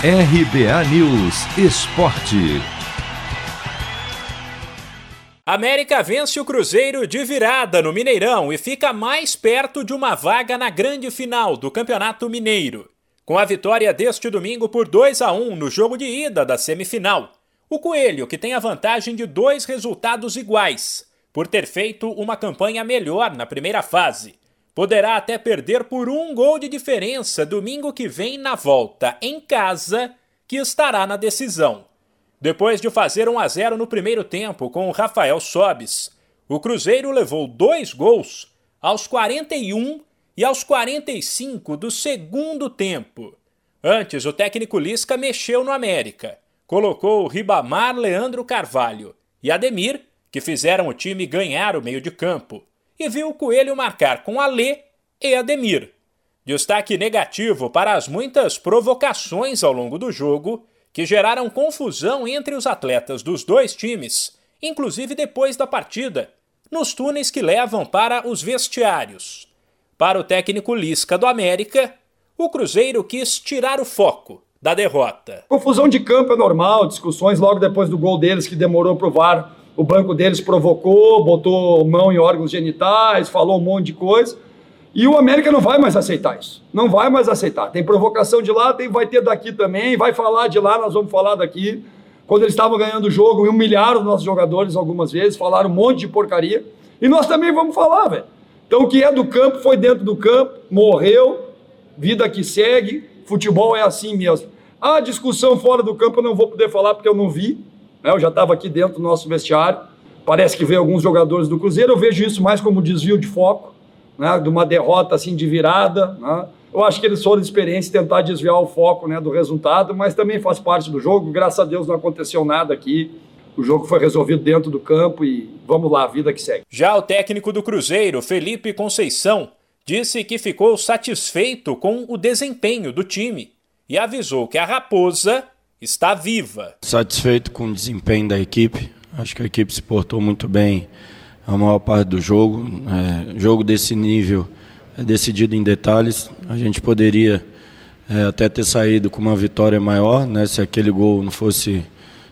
RBA News Esporte. América vence o Cruzeiro de virada no Mineirão e fica mais perto de uma vaga na grande final do Campeonato Mineiro. Com a vitória deste domingo por 2-1 no jogo de ida da semifinal, o Coelho, que tem a vantagem de 2 resultados iguais, por ter feito uma campanha melhor na primeira fase, poderá até perder por 1 gol de diferença domingo que vem na volta em casa, que estará na decisão. Depois de fazer 1-0 no primeiro tempo com o Rafael Sobis, o Cruzeiro levou 2 gols aos 41 e aos 45 do segundo tempo. Antes, o técnico Lisca mexeu no América, colocou o Ribamar, Leandro Carvalho e Ademir, que fizeram o time ganhar o meio de campo, e viu o Coelho marcar com Alê e Ademir. Destaque negativo para as muitas provocações ao longo do jogo, que geraram confusão entre os atletas dos dois times, inclusive depois da partida, nos túneis que levam para os vestiários. Para o técnico Lisca do América, o Cruzeiro quis tirar o foco da derrota. Confusão de campo é normal, discussões logo depois do gol deles que demorou pro VAR. O banco deles provocou, botou mão em órgãos genitais, falou um monte de coisa. E o América não vai mais aceitar isso. Não vai mais aceitar. Tem provocação de lá, vai ter daqui também. Vai falar de lá, nós vamos falar daqui. Quando eles estavam ganhando o jogo, humilharam os nossos jogadores algumas vezes, falaram um monte de porcaria. E nós também vamos falar, velho. Então o que é do campo foi dentro do campo, morreu, vida que segue, futebol é assim mesmo. A discussão fora do campo eu não vou poder falar porque eu não vi. Eu já estava aqui dentro do nosso vestiário, parece que veio alguns jogadores do Cruzeiro, eu vejo isso mais como desvio de foco, né, de uma derrota assim de virada, né. Eu acho que eles foram experientes tentar desviar o foco, né, do resultado, mas também faz parte do jogo, graças a Deus não aconteceu nada aqui, o jogo foi resolvido dentro do campo e vamos lá, a vida que segue. Já o técnico do Cruzeiro, Felipe Conceição, disse que ficou satisfeito com o desempenho do time e avisou que a Raposa está viva. Satisfeito com o desempenho da equipe. Acho que a equipe se portou muito bem a maior parte do jogo. Jogo desse nível é decidido em detalhes. A gente poderia até ter saído com uma vitória maior, né, se aquele gol não fosse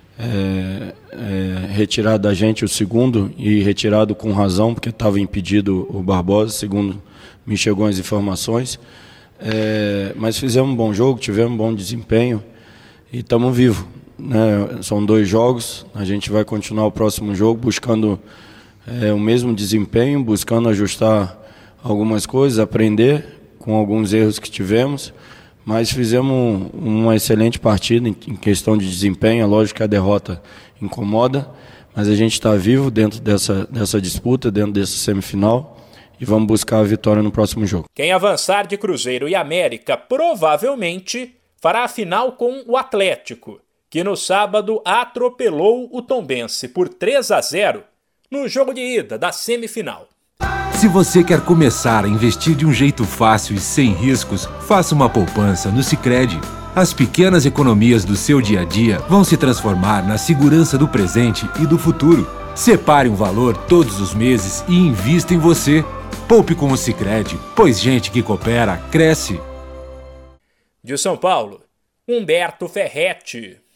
retirado da gente, o segundo, e retirado com razão, porque estava impedido o Barbosa, segundo me chegou as informações. Mas fizemos um bom jogo, tivemos um bom desempenho. E estamos vivos, né? São 2 jogos, a gente vai continuar o próximo jogo buscando o mesmo desempenho, buscando ajustar algumas coisas, aprender com alguns erros que tivemos, mas fizemos uma excelente partida em questão de desempenho. É lógico que a derrota incomoda, mas a gente está vivo dentro dessa disputa, dentro dessa semifinal, e vamos buscar a vitória no próximo jogo. Quem avançar de Cruzeiro e América provavelmente fará a final com o Atlético, que no sábado atropelou o Tombense por 3-0 no jogo de ida da semifinal. Se você quer começar a investir de um jeito fácil e sem riscos, faça uma poupança no Sicredi. As pequenas economias do seu dia a dia vão se transformar na segurança do presente e do futuro. Separe um valor todos os meses e invista em você. Poupe com o Sicredi, pois gente que coopera, cresce. De São Paulo, Humberto Ferretti.